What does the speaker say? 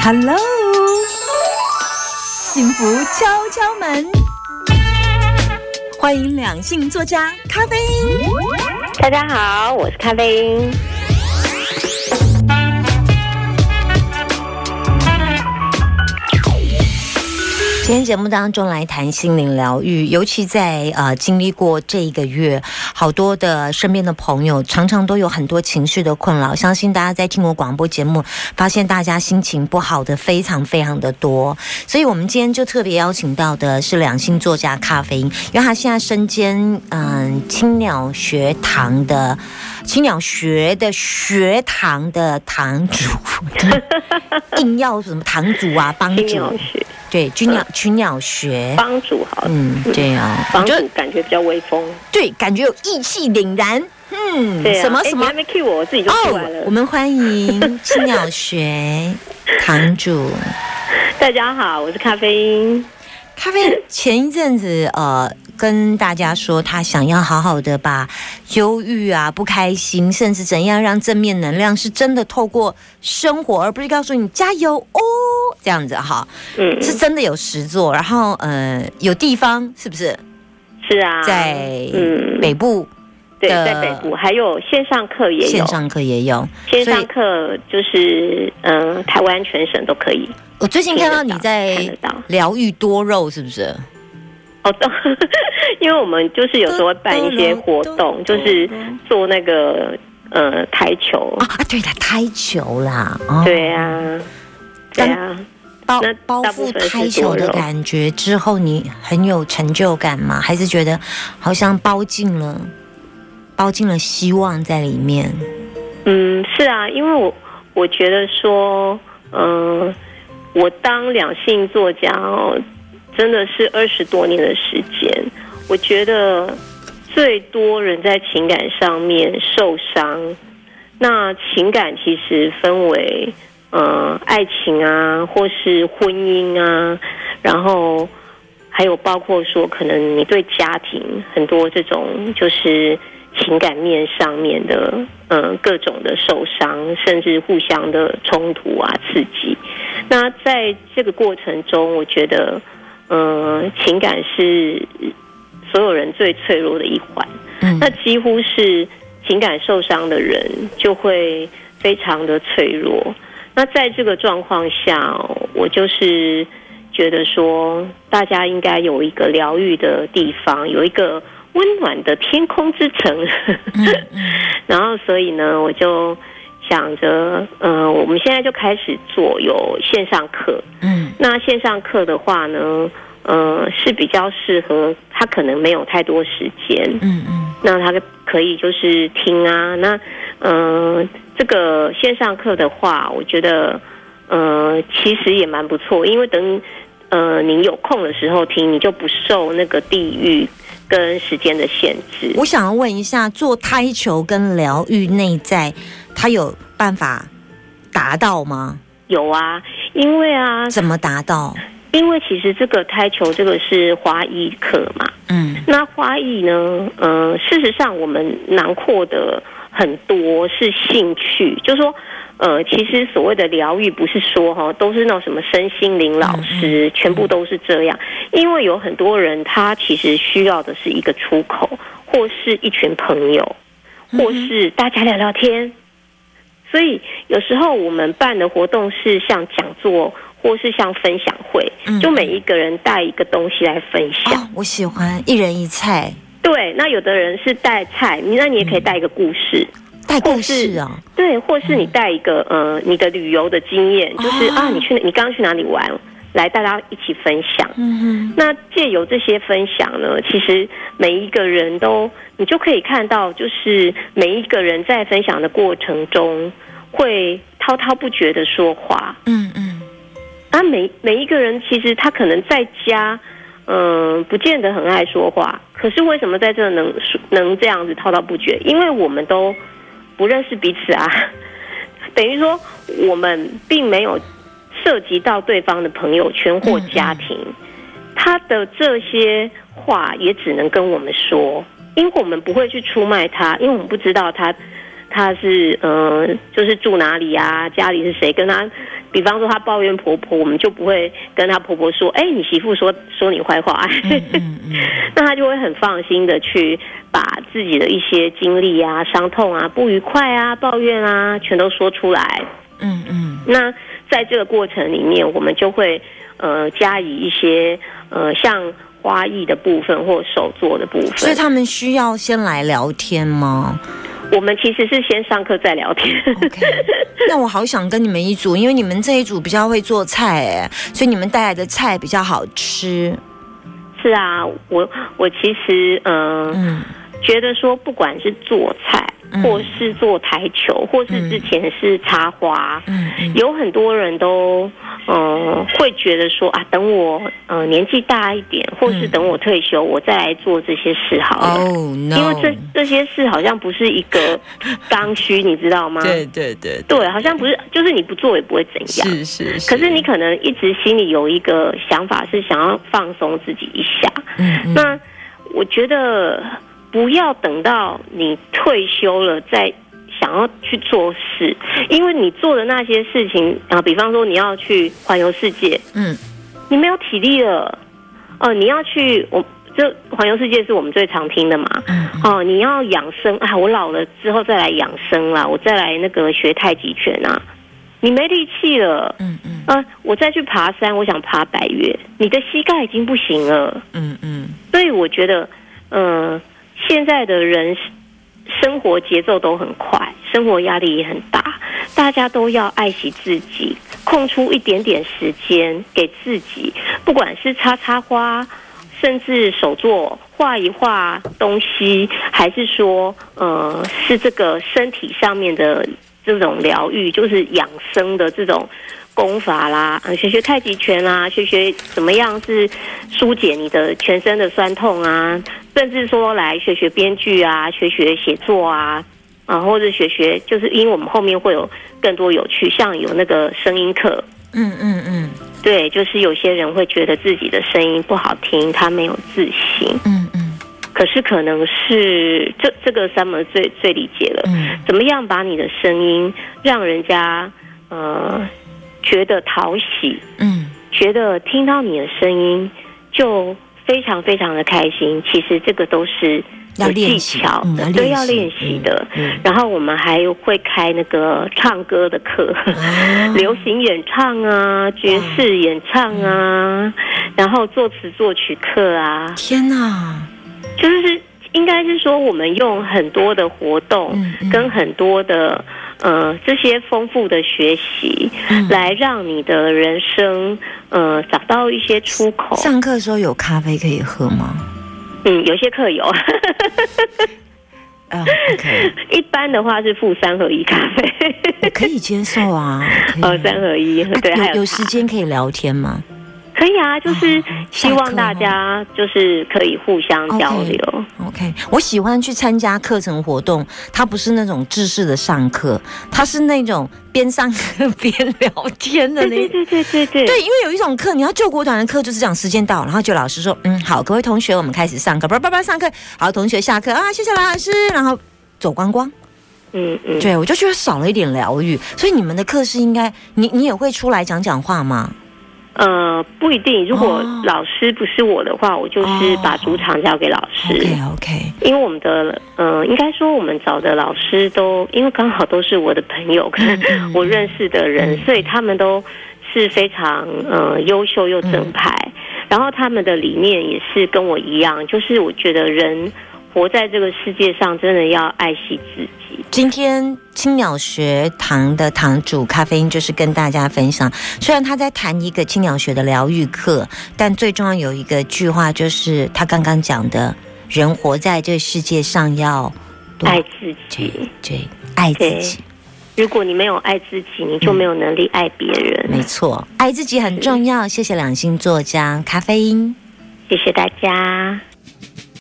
Hello， 幸福敲敲门，欢迎两性作家咖啡因。 大家好，我是咖啡因。 今天节目当中来谈心灵疗愈，尤其在经历过这一个月，好多的身边的朋友常常都有很多情绪的困扰，相信大家在听我广播节目，发现大家心情不好的非常非常的多，所以我们今天就特别邀请到的是两性作家咖啡因，因为他现在身兼青鸟学学堂的堂主，硬要什么堂主啊帮主。对，群鸟学帮主好了， 对啊， 帮主感觉比较威风， 对，感觉有义气凛然， 对啊， 什么你还没 cue 我自己就出来了。 我们欢迎青鸟学堂主。 大家好，我是咖啡因。 咖啡前一阵子跟大家说，他想要好好的把忧郁啊、不开心，甚至怎样让正面能量是真的透过生活，而不是告诉你加油哦这样子哈。是真的有实作，然后有地方是不是？ 是啊， 在北部。 对，在北部还有线上课也有， 线上课也有， 线上课就是台湾全省都可以。 我最近看到你在疗愈多肉，是不是？ 哦，因为我们就是有时候会办一些活动，就是做那个台球啊，对的，台球啦， 对啊，对啊。 包覆台球的感觉之后，你很有成就感吗？还是觉得好像包进了希望在里面？ 是啊，因为我觉得说，我当两性作家真的是20多年的时间，我觉得最多人在情感上面受伤。那情感其实分为爱情啊，或是婚姻啊，然后还有包括说可能你对家庭很多这种就是情感面上面的各种的受伤，甚至互相的冲突啊、刺激。那在这个过程中，我觉得情感是所有人最脆弱的一环。那几乎是情感受伤的人就会非常的脆弱。那在这个状况下，我就是觉得说，大家应该有一个疗愈的地方，有一个温暖的天空之城。然后所以呢，我就想着我们现在就开始做有线上课。那线上课的话呢是比较适合他可能没有太多时间。那他可以就是听啊。那这个线上课的话，我觉得其实也蛮不错，因为等你有空的时候听，你就不受那个地域跟时间的限制。 我想要问一下，做胎球跟疗愈内在，它有办法达到吗？ 有啊，因为啊， 怎么达到？ 因为其实这个胎球这个是花艺课嘛，那花艺呢，事实上我们囊括的很多是兴趣，就是说，其实所谓的疗愈不是说都是那种什么身心灵老师，全部都是这样，因为有很多人他其实需要的是一个出口，或是一群朋友，或是大家聊聊天，所以有时候我们办的活动是像讲座。或是像分享会，就每一个人带一个东西来分享。 我喜欢一人一菜。 对，那有的人是带菜，那你也可以带一个故事， 带故事啊。 对，或是你带一个你的旅游的经验，就是你刚刚去哪里玩，来大家一起分享。那借由这些分享呢，其实每一个人都你就可以看到，就是每一个人在分享的过程中会滔滔不绝的说话。每一个人其实他可能在家，不见得很爱说话，可是为什么在这能这样子滔滔不绝？因为我们都不认识彼此啊，等于说我们并没有涉及到对方的朋友圈或家庭，他的这些话也只能跟我们说，因为我们不会去出卖他，因为我们不知道他是就是住哪里啊，家里是谁，跟他比方说她抱怨婆婆，我们就不会跟她婆婆说，你媳妇说你坏话，那她就会很放心的去把自己的一些经历啊、伤痛啊、不愉快啊、抱怨啊，全都说出来。那在这个过程里面，我们就会加以一些像花艺的部分或手作的部分。 所以他们需要先来聊天吗？ 我们其实是先上课再聊天。 OK， 那我好想跟你们一组，因为你们这一组比较会做菜，所以你们带来的菜比较好吃。 是啊，我其实觉得说，不管是做菜，或是做台球，或是之前是插花，有很多人都会觉得说啊，等我年纪大一点，或是等我退休，我再来做这些事好了。 Oh, no. 因为这些事好像不是一个刚需，你知道吗？对，好像不是，就是你不做也不会怎样。是。可是你可能一直心里有一个想法，是想要放松自己一下。那我觉得不要等到你退休了再想要去做事，因为你做的那些事情比方说你要去环游世界，你没有体力了，你要去这环游世界是我们最常听的嘛，你要养生我老了之后再来养生啦，我再来那个学太极拳啊，你没力气了，我再去爬山，我想爬百岳，你的膝盖已经不行了，所以我觉得现在的人生活节奏都很快，生活压力也很大，大家都要爱惜自己，空出一点点时间给自己，不管是插花，甚至手作画一画东西，还是说是这个身体上面的这种疗愈，就是养生的这种功法啦，学太极拳啦，学怎么样是疏解你的全身的酸痛啊，甚至说来学编剧啊，学写作啊，或者学就是因为我们后面会有更多有趣，像有那个声音课，对，就是有些人会觉得自己的声音不好听，他没有自信，可是可能是这个Summer最理解了，怎么样把你的声音让人家觉得讨喜，觉得听到你的声音就非常非常的开心。其实这个都是有技巧的，都要练习的。然后我们还会开那个唱歌的课，流行演唱啊，爵士演唱啊，然后作词作曲课啊。 天哪！ 就是应该是说，我们用很多的活动跟很多的这些丰富的学习，来让你的人生找到一些出口。 上课的时候有咖啡可以喝吗？ 有些课有。 okay. 一般的话是附3合1咖啡， 我可以接受啊。 3合1，对，还有时间可以聊天吗？ 可以啊，就是希望大家就是可以互相交流。 OK， 我喜欢去参加课程活动，它不是那种制式的上课，它是那种边上课边聊天的那。对，因为有一种课，你要救国团的课就是这样，时间到，然后就老师说，好，各位同学，我们开始上课，叭上课，好，同学下课啊，谢谢老师，然后走光光。对，我就觉得少了一点疗愈，所以你们的课是应该，你也会出来讲话吗？ 不一定。如果老师不是我的话，我就是把主场交给老师。 OK。 因为我们的应该说我们找的老师都，因为刚好都是我的朋友跟我认识的人，所以他们都是非常优秀又正派。然后他们的理念也是跟我一样，就是我觉得人活在这个世界上，真的要爱惜自己。 今天青鸟学堂的堂主咖啡因就是跟大家分享，虽然他在谈一个青鸟学的疗愈课，但最重要有一个句话，就是他刚刚讲的，人活在这个世界上要爱自己， 对，爱自己。 如果你没有爱自己，你就没有能力爱别人。 没错，爱自己很重要。谢谢两性作家咖啡因， 谢谢大家。